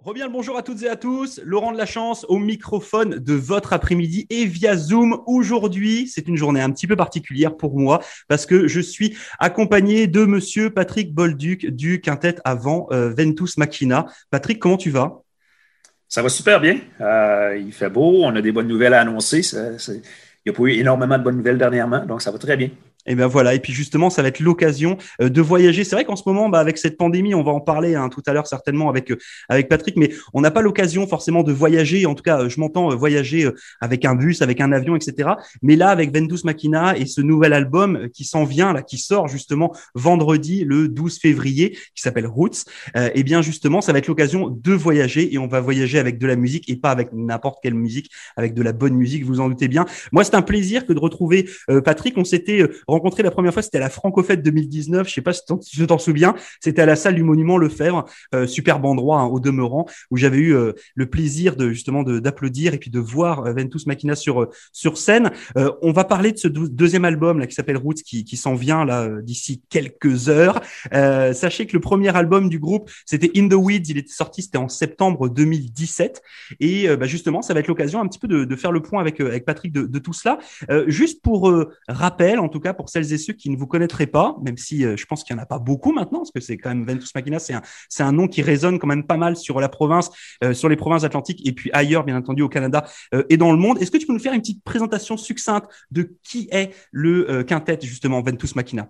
Rebien le bonjour à toutes et à tous, Laurent de la Chance au microphone de votre après-midi et via Zoom. Aujourd'hui, c'est une journée un petit peu particulière pour moi parce que je suis accompagné de monsieur Patrick Bolduc du quintet avant Ventus Machina. Patrick, comment tu vas? Ça va super bien. Il fait beau, on a des bonnes nouvelles à annoncer. Il n'y a pas eu énormément de bonnes nouvelles dernièrement, donc ça va très bien. Et ben voilà, et puis justement, ça va être l'occasion de voyager. C'est vrai qu'en ce moment, avec cette pandémie, on va en parler tout à l'heure certainement avec Patrick, mais on n'a pas l'occasion forcément de voyager. En tout cas, je m'entends voyager avec un bus, avec un avion, etc. Mais là, avec Ventus Machina et ce nouvel album qui s'en vient, là, qui sort justement vendredi, le 12 février, qui s'appelle Roots, et bien justement, ça va être l'occasion de voyager et on va voyager avec de la musique et pas avec n'importe quelle musique, avec de la bonne musique, vous en doutez bien. Moi, c'est un plaisir que de retrouver Patrick. On s'était rencontré la première fois, c'était à la Francofête 2019. Je sais pas si tu t'en souviens. C'était à la salle du Monument Lefebvre, superbe endroit au demeurant, où j'avais eu le plaisir d'applaudir et puis de voir Ventus Machina sur scène. On va parler de ce deuxième album là qui s'appelle Roots, qui s'en vient là d'ici quelques heures. Sachez que le premier album du groupe, c'était In the Weeds. Il était sorti, c'était en septembre 2017. Et justement, ça va être l'occasion un petit peu de faire le point avec Patrick de tout cela. Juste pour rappel, en tout cas pour celles et ceux qui ne vous connaîtraient pas, même si je pense qu'il n'y en a pas beaucoup maintenant, parce que c'est quand même Ventus Machina, c'est un nom qui résonne quand même pas mal sur la province, sur les provinces atlantiques et puis ailleurs, bien entendu, au Canada et dans le monde. Est-ce que tu peux nous faire une petite présentation succincte de qui est le quintet, justement, Ventus Machina?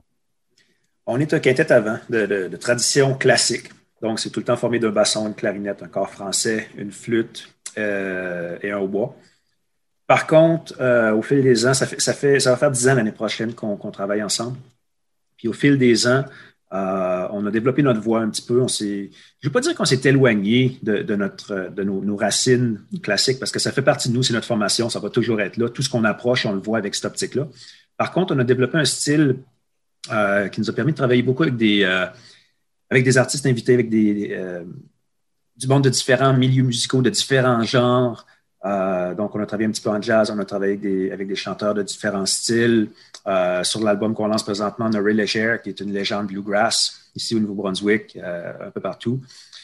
On est un quintet avant de tradition classique. Donc, c'est tout le temps formé d'un basson, une clarinette, un corps français, une flûte et un hautbois. Par contre, au fil des ans, ça va faire 10 ans l'année prochaine qu'on travaille ensemble. Puis au fil des ans, on a développé notre voix un petit peu. Je ne veux pas dire qu'on s'est éloigné de nos racines classiques parce que ça fait partie de nous, c'est notre formation, ça va toujours être là. Tout ce qu'on approche, on le voit avec cette optique-là. Par contre, on a développé un style qui nous a permis de travailler beaucoup avec des artistes invités, avec du monde de différents milieux musicaux, de différents genres. Donc, on a travaillé un petit peu en jazz, on a travaillé avec des chanteurs de différents styles. Sur l'album qu'on lance présentement, on a Ray Léger, qui est une légende bluegrass, ici au Nouveau-Brunswick, un peu partout.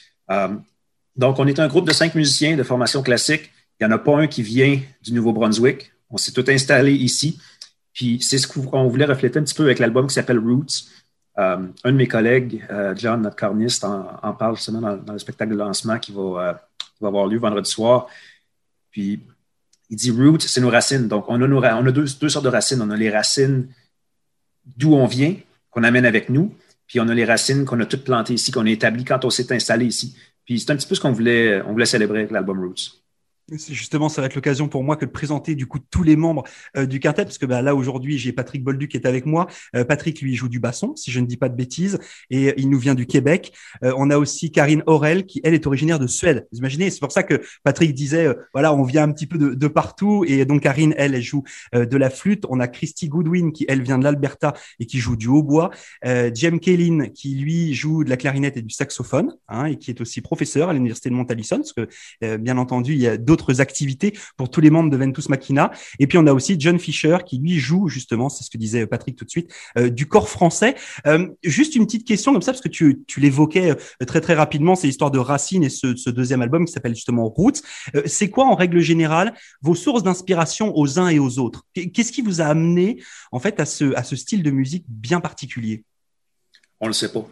Donc, on est un groupe de 5 musiciens de formation classique. Il n'y en a pas un qui vient du Nouveau-Brunswick. On s'est tout installé ici. Puis, c'est ce qu'on voulait refléter un petit peu avec l'album qui s'appelle Roots. Un de mes collègues, John, notre corniste, en parle justement dans le spectacle de lancement qui va avoir lieu vendredi soir. Puis, il dit root, c'est nos racines. Donc, on a deux sortes de racines. On a les racines d'où on vient, qu'on amène avec nous. Puis, on a les racines qu'on a toutes plantées ici, qu'on a établies quand on s'est installé ici. Puis, c'est un petit peu ce qu'on voulait célébrer avec l'album Roots. Justement, ça va être l'occasion pour moi que de présenter du coup tous les membres du quintet, parce que là aujourd'hui j'ai Patrick Bolduc qui est avec moi. Patrick lui joue du basson, si je ne dis pas de bêtises, et il nous vient du Québec. On a aussi Karine Aurel qui elle est originaire de Suède. Vous imaginez, c'est pour ça que Patrick disait voilà, on vient un petit peu de partout, et donc Karine elle joue de la flûte. On a Christy Goodwin qui elle vient de l'Alberta et qui joue du hautbois. Jem Kaylin qui lui joue de la clarinette et du saxophone, et qui est aussi professeur à l'université de Montallison, parce que bien entendu il y a d'autres activités pour tous les membres de Ventus Machina. Et puis on a aussi John Fisher qui lui joue justement, c'est ce que disait Patrick tout de suite, du corps français. Juste une petite question comme ça, parce que tu l'évoquais très très rapidement, c'est l'histoire de Racine et ce deuxième album qui s'appelle justement Roots. C'est quoi en règle générale vos sources d'inspiration aux uns et aux autres? Qu'est-ce qui vous a amené en fait à ce style de musique bien particulier? On le sait pas.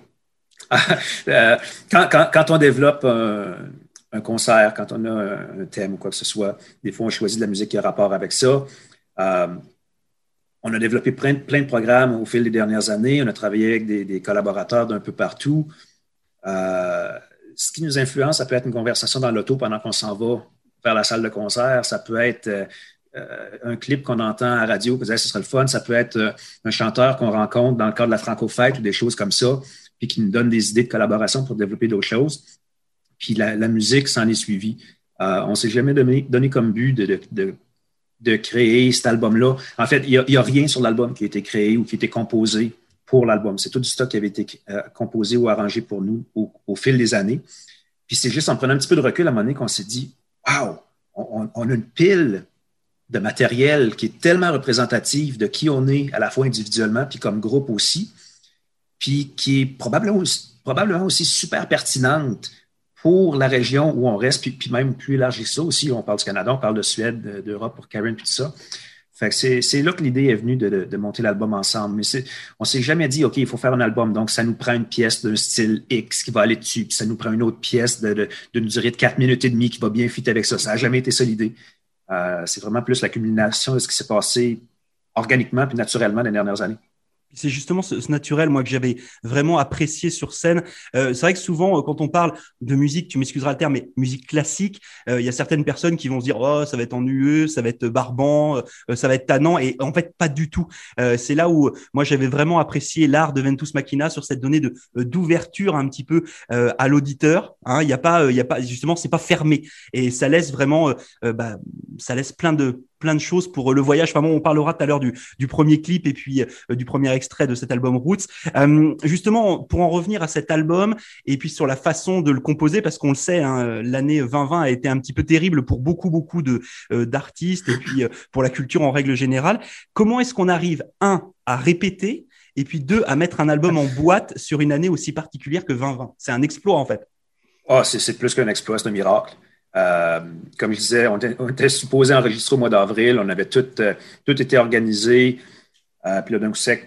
Quand on développe un concert, quand on a un thème ou quoi que ce soit, des fois, on choisit de la musique qui a rapport avec ça. On a développé plein de programmes au fil des dernières années. On a travaillé avec des collaborateurs d'un peu partout. Ce qui nous influence, ça peut être une conversation dans l'auto pendant qu'on s'en va vers la salle de concert. Ça peut être un clip qu'on entend à la radio, que ce serait le fun. Ça peut être un chanteur qu'on rencontre dans le cadre de la Francofête ou des choses comme ça, puis qui nous donne des idées de collaboration pour développer d'autres choses. Puis la musique s'en est suivie. On ne s'est jamais donné comme but de créer cet album-là. En fait, il n'y a rien sur l'album qui a été créé ou qui a été composé pour l'album. C'est tout du stock qui avait été composé ou arrangé pour nous au fil des années. Puis c'est juste en prenant un petit peu de recul à un moment donné qu'on s'est dit « Wow! On a une pile de matériel qui est tellement représentative de qui on est à la fois individuellement puis comme groupe aussi, puis qui est probablement aussi super pertinente pour la région où on reste, puis même plus élargi que ça aussi. On parle du Canada, on parle de Suède, d'Europe pour Karen, puis tout ça. Fait que c'est là que l'idée est venue de monter l'album ensemble. Mais on s'est jamais dit, OK, il faut faire un album. Donc, ça nous prend une pièce d'un style X qui va aller dessus, puis ça nous prend une autre pièce d'une durée de 4 minutes et demie qui va bien fitter avec ça. Ça n'a jamais été ça l'idée. C'est vraiment plus l'accumulation de ce qui s'est passé organiquement puis naturellement les dernières années. C'est justement ce naturel, moi, que j'avais vraiment apprécié sur scène. C'est vrai que souvent, quand on parle de musique, tu m'excuseras le terme, mais musique classique, il y a certaines personnes qui vont se dire, oh, ça va être ennuyeux, ça va être barbant, ça va être tannant. Et en fait, pas du tout. C'est là où moi, j'avais vraiment apprécié l'art de Ventus Machina sur cette donnée d'ouverture un petit peu à l'auditeur. Hein, il y a pas, justement, c'est pas fermé. Et ça laisse vraiment, ça laisse plein de choses pour le voyage. Enfin, bon, on parlera tout à l'heure du premier clip et puis du premier extrait de cet album Roots. Justement, pour en revenir à cet album et puis sur la façon de le composer, parce qu'on le sait, hein, l'année 2020 a été un petit peu terrible pour beaucoup d'artistes et puis pour la culture en règle générale. Comment est-ce qu'on arrive, à répéter et puis 2, à mettre un album en boîte sur une année aussi particulière que 2020? C'est un exploit, en fait. Ah, c'est plus qu'un exploit, c'est un miracle. Comme je disais, on était supposé enregistrer au mois d'avril. On avait tout été organisé. Puis là, d'un coup sec,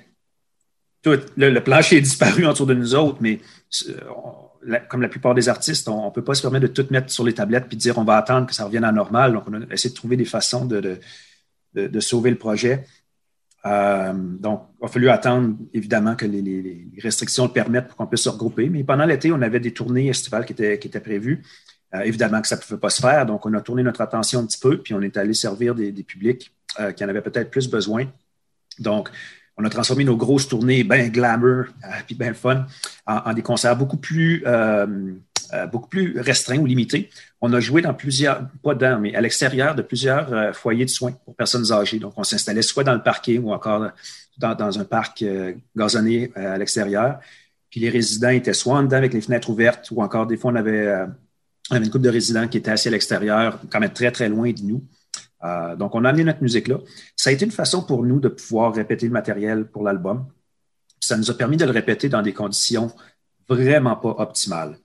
le plancher est disparu autour de nous autres, mais comme la plupart des artistes, on ne peut pas se permettre de tout mettre sur les tablettes puis dire on va attendre que ça revienne à normal. Donc, on a essayé de trouver des façons de sauver le projet. Donc, il a fallu attendre, évidemment, que les restrictions le permettent pour qu'on puisse se regrouper. Mais pendant l'été, on avait des tournées estivales qui étaient prévues. Évidemment que ça ne pouvait pas se faire. Donc, on a tourné notre attention un petit peu, puis on est allé servir des publics qui en avaient peut-être plus besoin. Donc, on a transformé nos grosses tournées bien glamour puis bien fun en des concerts beaucoup plus restreints ou limités. On a joué dans mais à l'extérieur de plusieurs foyers de soins pour personnes âgées. Donc, on s'installait soit dans le parking ou encore dans un parc gazonné à l'extérieur. Puis les résidents étaient soit en dedans avec les fenêtres ouvertes ou encore des fois on avait une couple de résidents qui étaient assis à l'extérieur, quand même très, très loin de nous. Donc, on a amené notre musique là. Ça a été une façon pour nous de pouvoir répéter le matériel pour l'album. Ça nous a permis de le répéter dans des conditions vraiment pas optimales.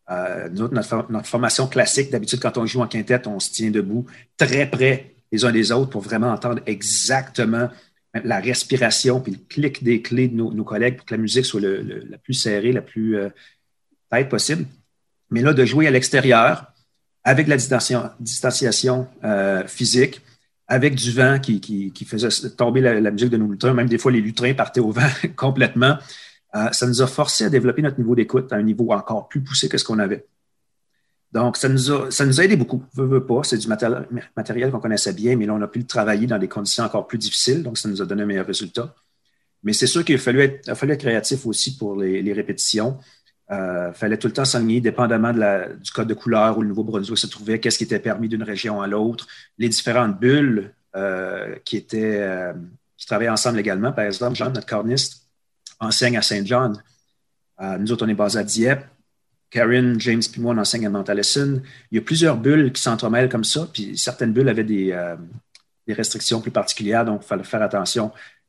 Notre formation classique, d'habitude, quand on joue en quintette, on se tient debout très près les uns des autres pour vraiment entendre exactement la respiration puis le clic des clés de nos collègues pour que la musique soit la plus serrée, la plus tight possible. Mais là, de jouer à l'extérieur, avec la distanciation physique, avec du vent qui faisait tomber la musique de nos lutrins, même des fois les lutrins partaient au vent complètement, ça nous a forcé à développer notre niveau d'écoute à un niveau encore plus poussé que ce qu'on avait. Donc, ça nous a aidé beaucoup. Veux pas, c'est du matériel qu'on connaissait bien, mais là, on a pu le travailler dans des conditions encore plus difficiles, donc ça nous a donné un meilleur résultat. Mais c'est sûr qu'il a fallu être créatif aussi pour les répétitions. Fallait tout le temps s'aligner, dépendamment du code de couleur où le Nouveau-Brunswick se trouvait, qu'est-ce qui était permis d'une région à l'autre, les différentes bulles qui travaillaient ensemble également. Par exemple, John, notre corniste, enseigne à Saint John. Nous autres, on est basés à Dieppe. Karen, James puis moi, on enseigne à Mount Allison. Il y a plusieurs bulles qui s'entremêlent comme ça, puis certaines bulles avaient des restrictions plus particulières, donc il fallait faire attention.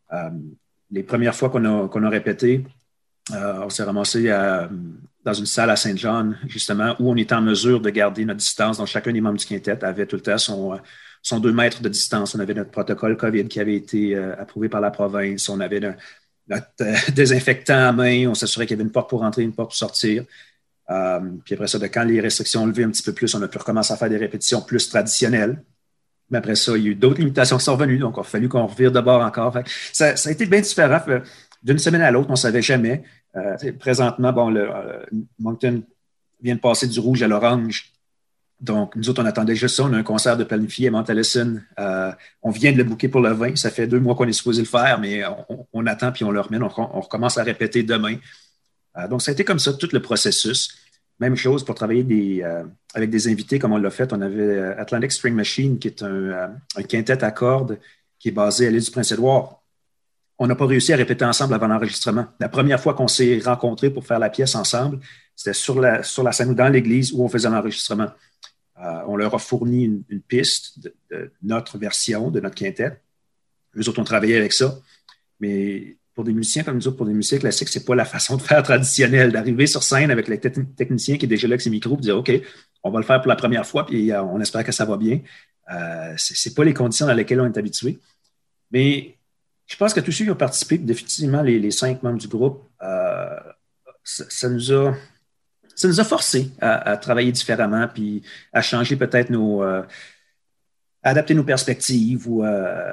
Les premières fois qu'on a répété, on s'est ramassé dans une salle à Saint John, justement, où on était en mesure de garder notre distance. Donc, chacun des membres du quintet avait tout le temps son 2 mètres de distance. On avait notre protocole COVID qui avait été approuvé par la province. On avait notre désinfectant à main. On s'assurait qu'il y avait une porte pour entrer, une porte pour sortir. Puis après ça, quand les restrictions ont levé un petit peu plus, on a pu recommencer à faire des répétitions plus traditionnelles. Mais après ça, il y a eu d'autres limitations qui sont revenues. Donc, il a fallu qu'on revire de bord encore. Ça a été bien différent. D'une semaine à l'autre, on ne savait jamais. Présentement, Moncton vient de passer du rouge à l'orange. Donc, nous autres, on attendait juste ça. On a un concert de planifié à Mount Allison. On vient de le booker pour le 20. Ça fait 2 mois qu'on est supposé le faire, mais on attend puis on le remet. On recommence à répéter demain. Donc, ça a été comme ça, tout le processus. Même chose pour travailler avec des invités, comme on l'a fait. On avait Atlantic String Machine, qui est un quintet à cordes qui est basé à l'île du Prince-Édouard. On n'a pas réussi à répéter ensemble avant l'enregistrement. La première fois qu'on s'est rencontrés pour faire la pièce ensemble, c'était sur la scène ou dans l'église où on faisait l'enregistrement. On leur a fourni une piste de notre version, de notre quintet. Eux autres ont travaillé avec ça. Mais pour des musiciens comme nous autres, pour des musiciens classiques, c'est pas la façon de faire traditionnelle, d'arriver sur scène avec le technicien qui est déjà là avec ses micros, et dire OK, on va le faire pour la première fois, puis on espère que ça va bien. C'est pas les conditions dans lesquelles on est habitué. Mais je pense que tous ceux qui ont participé, définitivement les 5 membres du groupe, ça nous a forcé à travailler différemment, puis à changer peut-être à adapter nos perspectives ou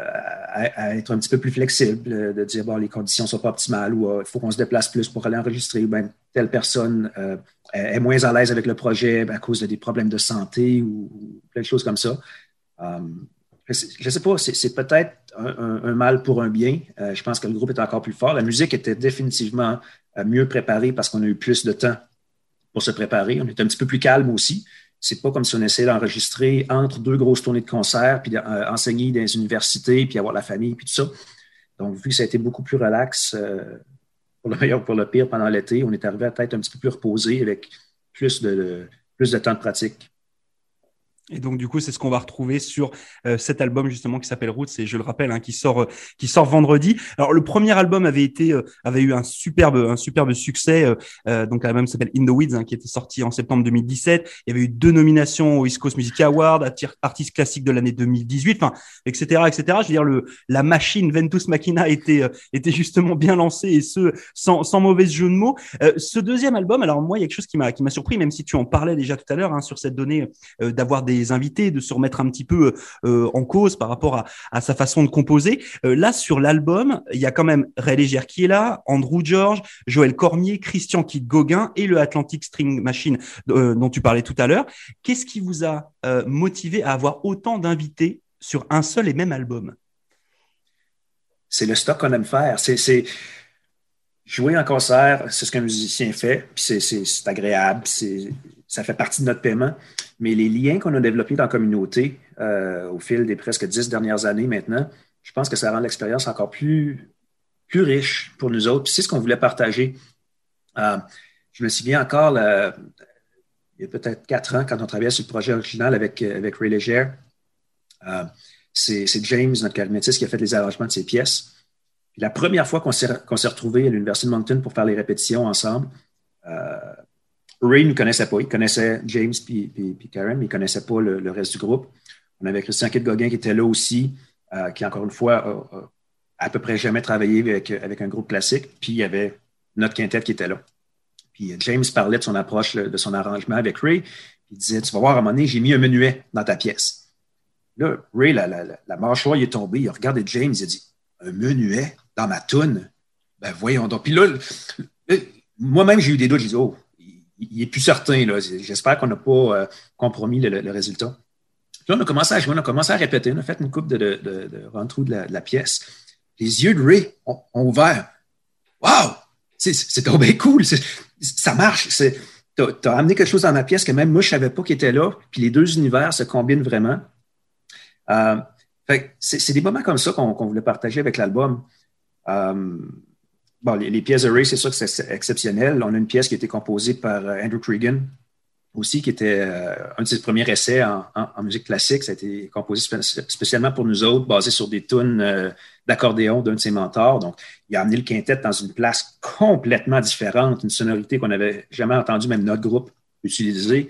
à être un petit peu plus flexible, de dire, bon, les conditions ne sont pas optimales ou il faut qu'on se déplace plus pour aller enregistrer ou bien telle personne est moins à l'aise avec le projet à cause de des problèmes de santé ou plein de choses comme ça. Je ne sais pas, c'est peut-être un mal pour un bien. Je pense que le groupe est encore plus fort. La musique était définitivement mieux préparée parce qu'on a eu plus de temps pour se préparer. On est un petit peu plus calme aussi. C'est pas comme si on essayait d'enregistrer entre 2 grosses tournées de concerts, puis d'enseigner dans les universités, puis avoir la famille, puis tout ça. Donc, vu que ça a été beaucoup plus relax, pour le meilleur ou pour le pire, pendant l'été, on est arrivé à être un petit peu plus reposé avec plus de temps de pratique. Et donc, du coup, c'est ce qu'on va retrouver sur cet album, justement, qui s'appelle Roots, et je le rappelle, qui sort vendredi. Alors, le premier album avait eu un superbe succès. Donc, l'album s'appelle In the Weeds, qui était sorti en septembre 2017. Il y avait eu 2 nominations au East Coast Music Award, artiste classique de l'année 2018, etc., etc. Je veux dire, la machine Ventus Machina était justement bien lancée, et ce, sans mauvais jeu de mots. Ce deuxième album, alors, moi, il y a quelque chose qui m'a surpris, même si tu en parlais déjà tout à l'heure, sur cette donnée d'avoir des invités, de se remettre un petit peu en cause par rapport à sa façon de composer. Là, sur l'album, il y a quand même Ray Léger qui est là, Andrew George, Joël Cormier, Christian Kid Gauguin et le Atlantic String Machine dont tu parlais tout à l'heure. Qu'est-ce qui vous a motivé à avoir autant d'invités sur un seul et même album? C'est le stock qu'on aime faire. C'est jouer en concert, c'est ce qu'un musicien fait, puis c'est agréable, ça fait partie de notre paiement. Mais les liens qu'on a développés dans la communauté au fil des presque 10 dernières années maintenant, je pense que ça rend l'expérience encore plus riche pour nous autres. Puis c'est ce qu'on voulait partager. Je me souviens encore, il y a peut-être 4 ans, quand on travaillait sur le projet original avec Ray Léger, c'est James, notre clarinettiste, qui a fait les arrangements de ces pièces. Puis la première fois qu'on s'est retrouvés à l'Université de Moncton pour faire les répétitions ensemble, Ray ne nous connaissait pas. Il connaissait James puis Karen, mais il ne connaissait pas le reste du groupe. On avait Christian Kid Gauguin qui était là aussi, qui, encore une fois, a à peu près jamais travaillé avec un groupe classique. Puis il y avait notre quintette qui était là. Puis James parlait de son approche, de son arrangement avec Ray. Il disait, tu vas voir, à un moment donné, j'ai mis un menuet dans ta pièce. Là, Ray, la mâchoire, il est tombé. Il a regardé James, il a dit, un menuet dans ma toune? Ben voyons donc. Puis là, moi-même, j'ai eu des doutes. J'ai dit, oh, il est plus certain. Là. J'espère qu'on n'a pas compromis le résultat. Puis là, on a commencé à jouer, on a commencé à répéter. On a fait une coupe de run-through de la pièce. Les yeux de Ray ont ouvert. Wow! C'est bien cool. Ça marche. T'as amené quelque chose dans ma pièce que même moi, je ne savais pas qu'il était là. Puis les 2 univers se combinent vraiment. C'est des moments comme ça qu'on voulait partager avec l'album. Bon, les pièces de Ray, c'est sûr que c'est exceptionnel. On a une pièce qui a été composée par Andrew Cregan aussi, qui était un de ses premiers essais en musique classique. Ça a été composé spécialement pour nous autres, basé sur des tunes d'accordéon d'un de ses mentors. Donc, il a amené le quintet dans une place complètement différente, une sonorité qu'on n'avait jamais entendue, même notre groupe, utiliser.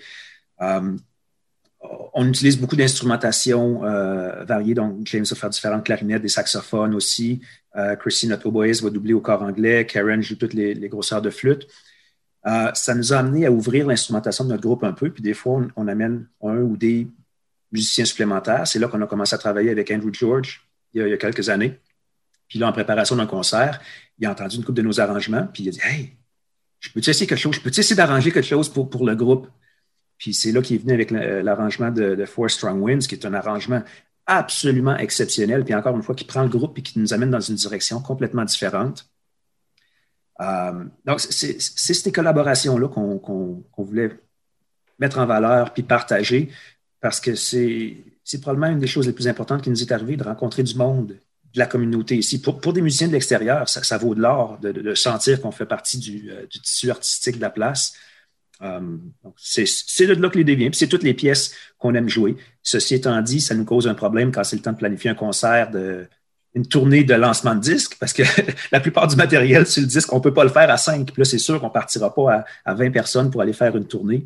On utilise beaucoup d'instrumentation variée. Donc, James va faire différentes clarinettes, des saxophones aussi. Chrissy, notre oboïste, va doubler au corps anglais. Karen joue toutes les grosseurs de flûte. Ça nous a amené à ouvrir l'instrumentation de notre groupe un peu. Puis des fois, on amène un ou des musiciens supplémentaires. C'est là qu'on a commencé à travailler avec Andrew George il y a quelques années. Puis là, en préparation d'un concert, il a entendu une couple de nos arrangements. Puis il a dit, « Hey, je peux-tu essayer quelque chose? Je peux-tu essayer d'arranger quelque chose pour le groupe? » Puis c'est là qu'il est venu avec l'arrangement de Four Strong Winds, qui est un arrangement absolument exceptionnel. Puis encore une fois, qui prend le groupe et qui nous amène dans une direction complètement différente. Donc, c'est ces collaborations-là qu'on voulait mettre en valeur puis partager parce que c'est probablement une des choses les plus importantes qui nous est arrivée, de rencontrer du monde, de la communauté ici. Pour des musiciens de l'extérieur, ça vaut de l'or de sentir qu'on fait partie du tissu artistique de la place. Donc c'est de là que l'idée vient. Puis c'est toutes les pièces qu'on aime jouer. Ceci étant dit, ça nous cause un problème quand c'est le temps de planifier un concert une tournée de lancement de disque parce que la plupart du matériel sur le disque, on ne peut pas le faire à 5. Puis là, c'est sûr qu'on ne partira pas à 20 personnes pour aller faire une tournée.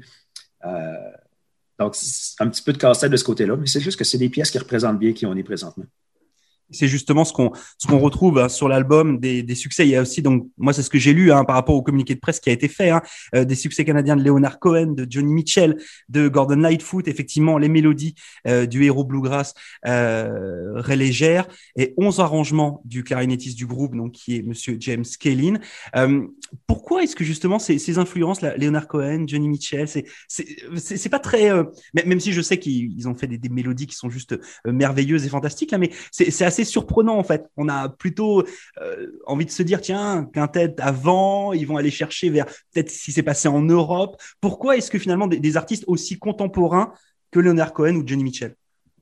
Donc, c'est un petit peu de casse-tête de ce côté-là, mais c'est juste que c'est des pièces qui représentent bien qui on est présentement. C'est justement ce qu'on retrouve hein, sur l'album des succès. Il y a aussi donc moi c'est ce que j'ai lu hein, par rapport au communiqué de presse qui a été fait, hein, des succès canadiens de Leonard Cohen, de Johnny Mitchell, de Gordon Lightfoot, effectivement les mélodies du héros bluegrass Ray Légère et 11 arrangements du clarinettiste du groupe donc qui est Monsieur James Kellin. Pourquoi est-ce que justement ces influences là, Leonard Cohen, Johnny Mitchell, c'est pas très même si je sais qu'ils ont fait des mélodies qui sont juste merveilleuses et fantastiques là, mais c'est assez surprenant en fait. On a plutôt envie de se dire tiens, quintet avant, ils vont aller chercher vers peut-être ce qui s'est passé en Europe. Pourquoi est-ce que finalement des artistes aussi contemporains que Leonard Cohen ou Johnny Mitchell?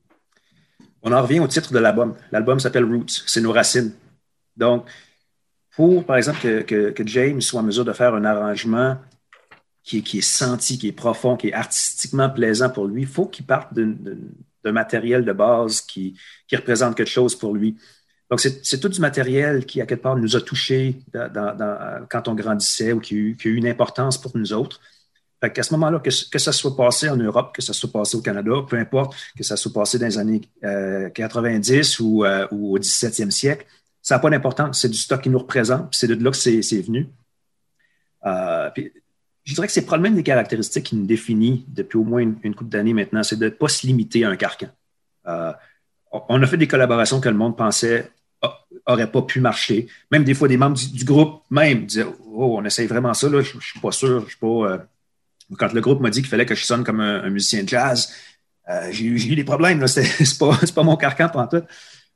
On en revient au titre de l'album. L'album s'appelle Roots, c'est nos racines. Donc, pour, par exemple, que James soit en mesure de faire un arrangement qui est senti, qui est profond, qui est artistiquement plaisant pour lui, il faut qu'il parte d'un matériel de base qui représente quelque chose pour lui. Donc, c'est tout du matériel qui, à quelque part, nous a touchés quand on grandissait ou qui a eu une importance pour nous autres. Fait qu'à ce moment-là, que ça soit passé en Europe, que ça soit passé au Canada, peu importe, que ça soit passé dans les années 90 ou au 17e siècle, ça n'a pas d'importance. C'est du stock qui nous représente, puis c'est de là que c'est venu. Puis, je dirais que c'est probablement une des caractéristiques qui nous définit depuis au moins une couple d'années maintenant, c'est de ne pas se limiter à un carcan. On a fait des collaborations que le monde pensait n'auraient pas pu marcher. Même des fois, des membres du groupe même disaient « Oh, on essaye vraiment ça, là, je ne suis pas sûr, je suis pas… Quand le groupe m'a dit qu'il fallait que je sonne comme un musicien de jazz, j'ai eu des problèmes, là, c'est pas mon carcan pantoute.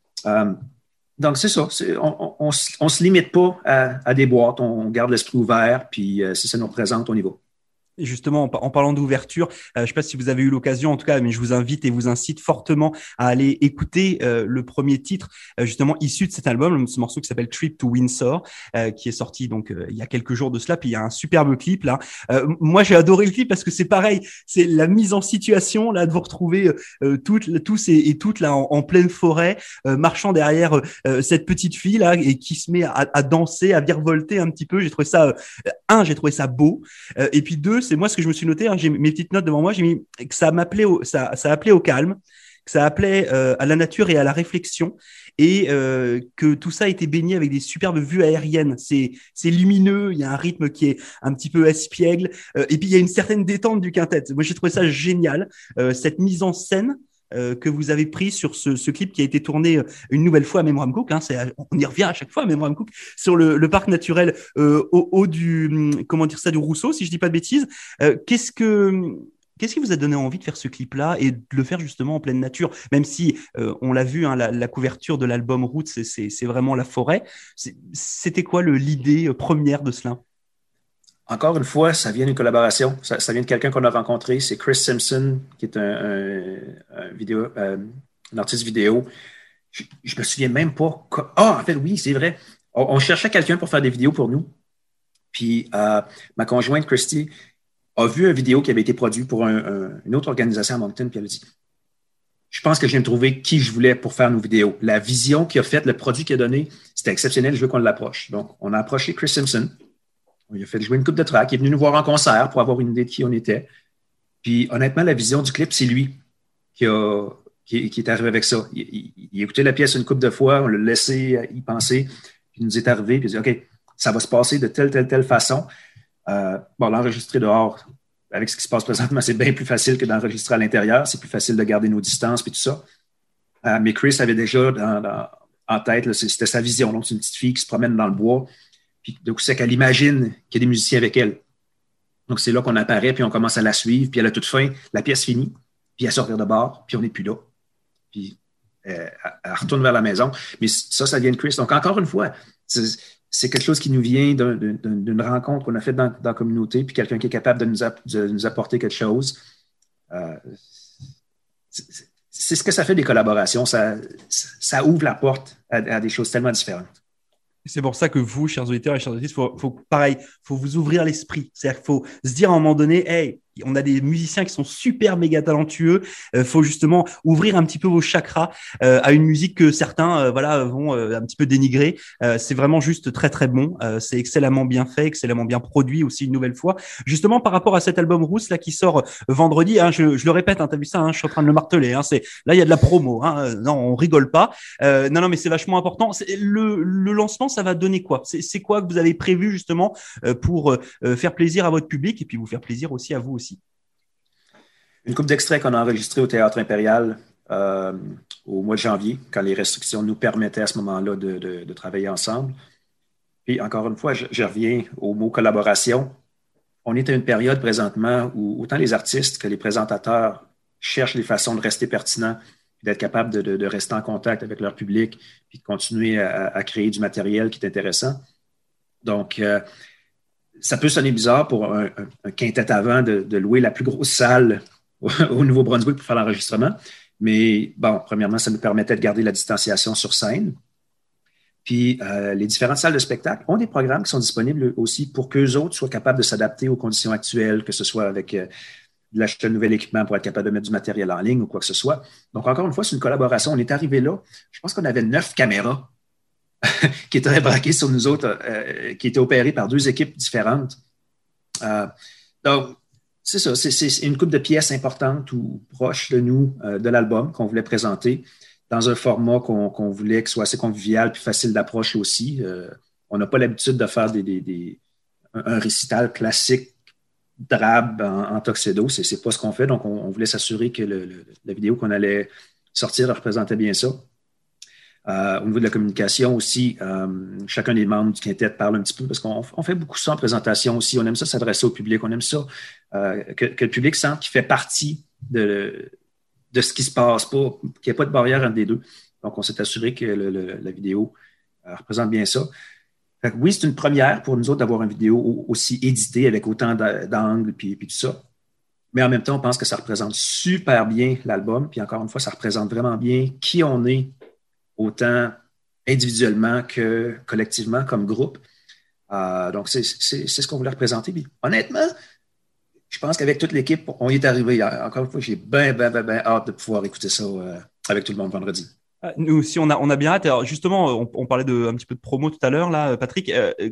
Donc, c'est ça. On ne se limite pas à des boîtes. On garde l'esprit ouvert. Puis, si ça nous représente, on y va. Et justement, en parlant d'ouverture, je ne sais pas si vous avez eu l'occasion, en tout cas, mais je vous invite et vous incite fortement à aller écouter le premier titre, justement issu de cet album, ce morceau qui s'appelle Trip to Windsor, qui est sorti donc il y a quelques jours de cela. Puis il y a un superbe clip là. Moi, j'ai adoré le clip parce que c'est pareil, c'est la mise en situation là de vous retrouver tous et toutes là en pleine forêt, marchant derrière cette petite fille là et qui se met à danser, à virevolter un petit peu. J'ai trouvé ça j'ai trouvé ça beau, et puis deux, c'est moi ce que je me suis noté, hein, j'ai mes petites notes devant moi, j'ai mis que ça m'appelait ça appelait au calme, que ça appelait à la nature et à la réflexion, et que tout ça a été baigné avec des superbes vues aériennes. C'est lumineux, il y a un rythme qui est un petit peu espiègle, et puis il y a une certaine détente du quintet. Moi j'ai trouvé ça génial, cette mise en scène que vous avez pris sur ce clip qui a été tourné une nouvelle fois à Memramcook, hein, on y revient à chaque fois à Memramcook, sur le parc naturel au haut du, comment dire ça, du Rousseau, si je dis pas de bêtises. Qu'est-ce qui vous a donné envie de faire ce clip-là et de le faire justement en pleine nature, même si on l'a vu, hein, la couverture de l'album Roots, c'est vraiment la forêt. C'était quoi l'idée première de cela? Encore une fois, ça vient d'une collaboration. Ça vient de quelqu'un qu'on a rencontré. C'est Chris Simpson, qui est un artiste vidéo. Je me souviens même pas. En fait, oui, c'est vrai. On cherchait quelqu'un pour faire des vidéos pour nous. Puis, ma conjointe, Christy, a vu une vidéo qui avait été produite pour une autre organisation à Moncton, puis elle a dit « Je pense que je viens de trouver qui je voulais pour faire nos vidéos. La vision qu'il a faite, le produit qu'il a donné, c'était exceptionnel, je veux qu'on l'approche. » Donc, on a approché Chris Simpson. On lui a fait jouer une coupe de track. Il est venu nous voir en concert pour avoir une idée de qui on était. Puis, honnêtement, la vision du clip, c'est lui qui est arrivé avec ça. Il a écouté la pièce une couple de fois, on l'a laissé y penser, puis il nous est arrivé, puis il a dit « OK, ça va se passer de telle façon. » L'enregistrer dehors, avec ce qui se passe présentement, c'est bien plus facile que d'enregistrer à l'intérieur. C'est plus facile de garder nos distances et tout ça. Mais Chris avait déjà en tête, c'était sa vision. Donc, c'est une petite fille qui se promène dans le bois. Puis, donc, c'est qu'elle imagine qu'il y a des musiciens avec elle. Donc, c'est là qu'on apparaît, puis on commence à la suivre. Puis, à la toute fin, la pièce finit, puis elle sort de bord, puis on n'est plus là. Puis, elle retourne vers la maison. Mais ça vient de Chris. Donc, encore une fois, c'est quelque chose qui nous vient d'une rencontre qu'on a faite dans la communauté, puis quelqu'un qui est capable de nous apporter quelque chose. C'est ce que ça fait des collaborations. Ça ouvre la porte à des choses tellement différentes. C'est pour ça que vous, chers auditeurs et chers auditrices, faut vous ouvrir l'esprit. C'est-à-dire qu'il faut se dire à un moment donné, hey, on a des musiciens qui sont super méga talentueux. Faut justement ouvrir un petit peu vos chakras à une musique que certains vont un petit peu dénigrer. C'est vraiment juste très très bon. C'est excellemment bien fait, excellemment bien produit aussi une nouvelle fois. Justement par rapport à cet album Rousse là qui sort vendredi, hein, je le répète, hein, t'as vu ça, hein, je suis en train de le marteler. Hein, là il y a de la promo. Hein, non, on rigole pas. Non, mais c'est vachement important. Le lancement, ça va donner quoi? C'est quoi que vous avez prévu justement pour faire plaisir à votre public et puis vous faire plaisir aussi à vous aussi? Une couple d'extraits qu'on a enregistrés au Théâtre Impérial au mois de janvier, quand les restrictions nous permettaient à ce moment-là de travailler ensemble. Puis encore une fois, je reviens au mot collaboration. On est à une période présentement où autant les artistes que les présentateurs cherchent des façons de rester pertinents, d'être capables de rester en contact avec leur public, puis de continuer à créer du matériel qui est intéressant. Donc, ça peut sonner bizarre pour un quintet avant de louer la plus grosse salle au Nouveau-Brunswick pour faire l'enregistrement. Mais bon, premièrement, ça nous permettait de garder la distanciation sur scène. Puis les différentes salles de spectacle ont des programmes qui sont disponibles aussi pour qu'eux autres soient capables de s'adapter aux conditions actuelles, que ce soit avec de l'acheter de nouvel équipement pour être capable de mettre du matériel en ligne ou quoi que ce soit. Donc, encore une fois, c'est une collaboration. On est arrivé là. Je pense qu'on avait 9 caméras qui étaient braquées sur nous autres, qui étaient opérées par 2 équipes différentes. Donc, c'est ça. C'est une couple de pièces importantes ou proches de nous, de l'album qu'on voulait présenter dans un format qu'on voulait que soit assez convivial puis facile d'approche aussi. On n'a pas l'habitude de faire un récital classique drabe en tuxedo. C'est pas ce qu'on fait. Donc, on voulait s'assurer que la vidéo qu'on allait sortir représentait bien ça. Au niveau de la communication aussi, chacun des membres du quintet parle un petit peu parce qu'on fait beaucoup ça en présentation aussi. On aime ça s'adresser au public. On aime ça que le public sente qu'il fait partie de ce qui se passe, pas qu'il n'y ait pas de barrière entre les deux. Donc, on s'est assuré que la vidéo représente bien ça. Fait que oui, c'est une première pour nous autres d'avoir une vidéo aussi éditée avec autant d'angles puis tout ça. Mais en même temps, on pense que ça représente super bien l'album. Puis encore une fois, ça représente vraiment bien qui on est, autant individuellement que collectivement, comme groupe. Donc, c'est ce qu'on voulait représenter. Puis, honnêtement, je pense qu'avec toute l'équipe, on y est arrivé. Encore une fois, j'ai bien hâte de pouvoir écouter ça avec tout le monde vendredi. Nous aussi, on a bien hâte. Alors justement, on parlait un petit peu de promo tout à l'heure, là, Patrick.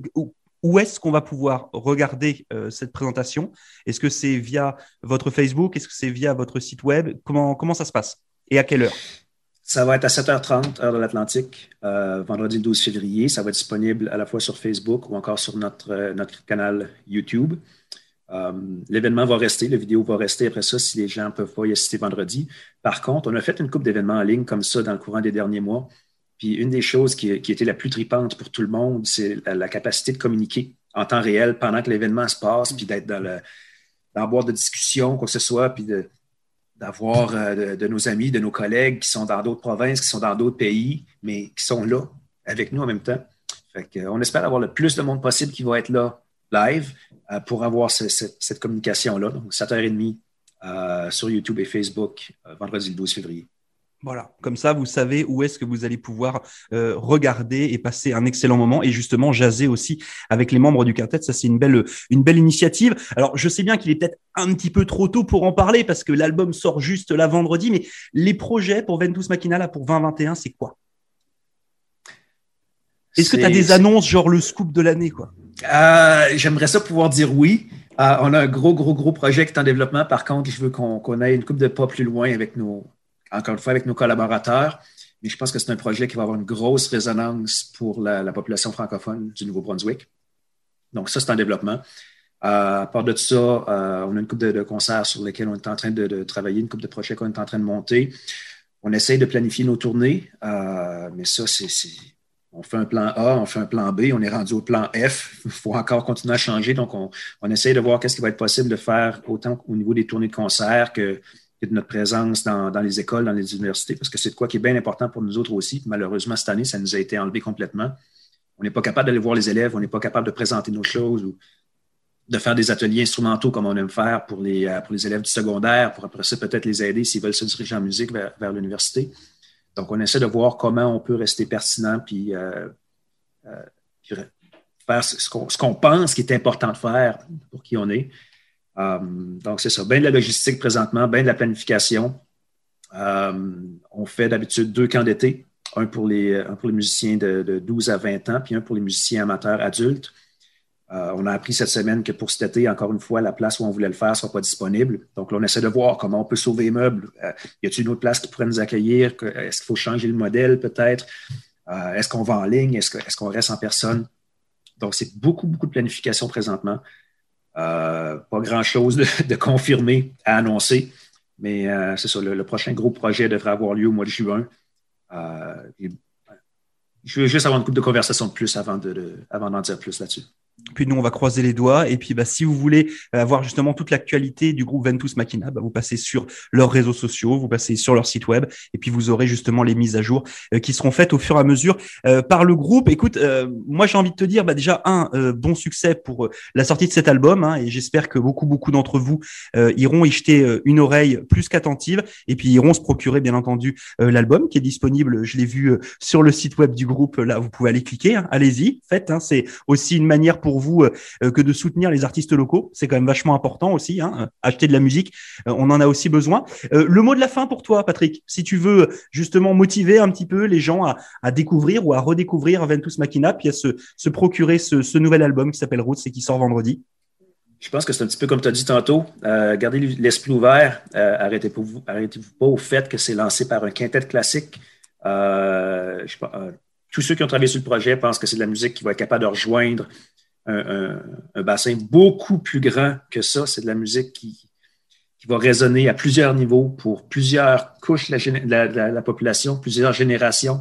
Où est-ce qu'on va pouvoir regarder cette présentation? Est-ce que c'est via votre Facebook? Est-ce que c'est via votre site web? Comment ça se passe? Et à quelle heure? Ça va être à 7h30, heure de l'Atlantique, vendredi le 12 février. Ça va être disponible à la fois sur Facebook ou encore sur notre canal YouTube. L'événement va rester, la vidéo va rester après ça si les gens ne peuvent pas y assister vendredi. Par contre, on a fait une couple d'événements en ligne comme ça dans le courant des derniers mois. Puis une des choses qui était la plus tripante pour tout le monde, c'est la capacité de communiquer en temps réel pendant que l'événement se passe, puis d'être dans la boîte de discussion, quoi que ce soit, puis d'avoir de nos amis, de nos collègues qui sont dans d'autres provinces, qui sont dans d'autres pays, mais qui sont là avec nous en même temps. Fait qu'on espère avoir le plus de monde possible qui va être là live pour avoir cette communication-là. Donc, 7h30 sur YouTube et Facebook, vendredi le 12 février. Voilà, comme ça, vous savez où est-ce que vous allez pouvoir regarder et passer un excellent moment et justement jaser aussi avec les membres du quintet. Ça, c'est une belle initiative. Alors, je sais bien qu'il est peut-être un petit peu trop tôt pour en parler parce que l'album sort juste là vendredi, mais les projets pour Ventus Machina là, pour 2021, c'est quoi? Est-ce que tu as des annonces, genre le scoop de l'année, quoi? J'aimerais ça pouvoir dire oui. On a un gros projet qui est en développement. Par contre, je veux qu'on aille une couple de pas plus loin encore une fois, avec nos collaborateurs. Mais je pense que c'est un projet qui va avoir une grosse résonance pour la population francophone du Nouveau-Brunswick. Donc, ça, c'est en développement. À part de tout ça, on a une couple de concerts sur lesquels on est en train de travailler, une couple de projets qu'on est en train de monter. On essaye de planifier nos tournées, mais ça, on fait un plan A, on fait un plan B, on est rendu au plan F. Il faut encore continuer à changer. Donc, on essaye de voir qu'est-ce qui va être possible de faire autant au niveau des tournées de concerts que de notre présence dans les écoles, dans les universités, parce que c'est de quoi qui est bien important pour nous autres aussi. Malheureusement, cette année, ça nous a été enlevé complètement. On n'est pas capable d'aller voir les élèves, on n'est pas capable de présenter nos choses ou de faire des ateliers instrumentaux comme on aime faire pour les élèves du secondaire, pour après ça peut-être les aider s'ils veulent se diriger en musique vers l'université. Donc, on essaie de voir comment on peut rester pertinent puis faire ce qu'on pense qui est important de faire pour qui on est. Donc, c'est ça. Bien de la logistique présentement, bien de la planification. On fait d'habitude 2 camps d'été, un pour les musiciens de 12 à 20 ans, puis un pour les musiciens amateurs adultes. On a appris cette semaine que pour cet été, encore une fois, la place où on voulait le faire ne sera pas disponible. Donc là, on essaie de voir comment on peut sauver les meubles. Y a-t-il une autre place qui pourrait nous accueillir? Est-ce qu'il faut changer le modèle peut-être? Est-ce qu'on va en ligne? Est-ce qu'on reste en personne? Donc, c'est beaucoup, beaucoup de planification présentement. Pas grand-chose de confirmé à annoncer, mais c'est ça, le prochain gros projet devrait avoir lieu au mois de juin. Je veux juste avoir une couple de conversations de plus avant d'en dire plus là-dessus. Puis nous, on va croiser les doigts. Et puis, si vous voulez avoir justement toute l'actualité du groupe Ventus Machina, vous passez sur leurs réseaux sociaux, vous passez sur leur site web, et puis vous aurez justement les mises à jour qui seront faites au fur et à mesure par le groupe. Écoute, moi, j'ai envie de te dire déjà bon succès pour la sortie de cet album, et j'espère que beaucoup d'entre vous iront y jeter une oreille plus qu'attentive, et puis iront se procurer bien entendu l'album qui est disponible. Je l'ai vu sur le site web du groupe. Là, vous pouvez aller cliquer. Allez-y, faites. C'est aussi une manière pour vous que de soutenir les artistes locaux. C'est quand même vachement important aussi. Acheter de la musique, on en a aussi besoin. Le mot de la fin pour toi, Patrick, si tu veux justement motiver un petit peu les gens à découvrir ou à redécouvrir Ventus Machina, puis à se procurer ce nouvel album qui s'appelle Roots et qui sort vendredi. Je pense que c'est un petit peu comme tu as dit tantôt. Gardez l'esprit ouvert. Arrêtez-vous pas au fait que c'est lancé par un quintet classique. Tous ceux qui ont travaillé sur le projet pensent que c'est de la musique qui va être capable de rejoindre un bassin beaucoup plus grand que ça. C'est de la musique qui va résonner à plusieurs niveaux pour plusieurs couches de la population, plusieurs générations.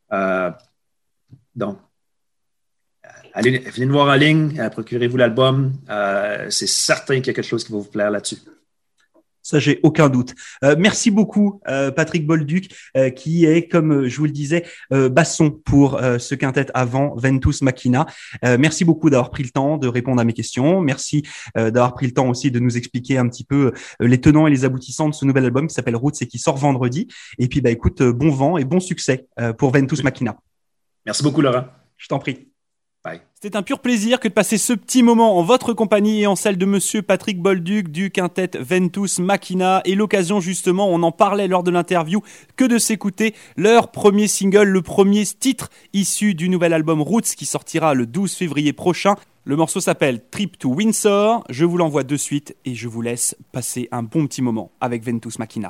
Donc, venez nous voir en ligne, procurez-vous l'album. C'est certain qu'il y a quelque chose qui va vous plaire là-dessus. Ça, j'ai aucun doute. Merci beaucoup, Patrick Bolduc, qui est, comme je vous le disais, basson pour ce quintet avant Ventus Machina. Merci beaucoup d'avoir pris le temps de répondre à mes questions. Merci d'avoir pris le temps aussi de nous expliquer un petit peu les tenants et les aboutissants de ce nouvel album qui s'appelle Roots et qui sort vendredi. Et puis, écoute, bon vent et bon succès pour Ventus Machina. Merci beaucoup, Laurent. Je t'en prie. Bye. C'était un pur plaisir que de passer ce petit moment en votre compagnie et en celle de monsieur Patrick Bolduc du quintet Ventus Machina, et l'occasion justement, on en parlait lors de l'interview, que de s'écouter leur premier single, le premier titre issu du nouvel album Roots qui sortira le 12 février prochain. Le morceau s'appelle Trip to Windsor, je vous l'envoie de suite et je vous laisse passer un bon petit moment avec Ventus Machina.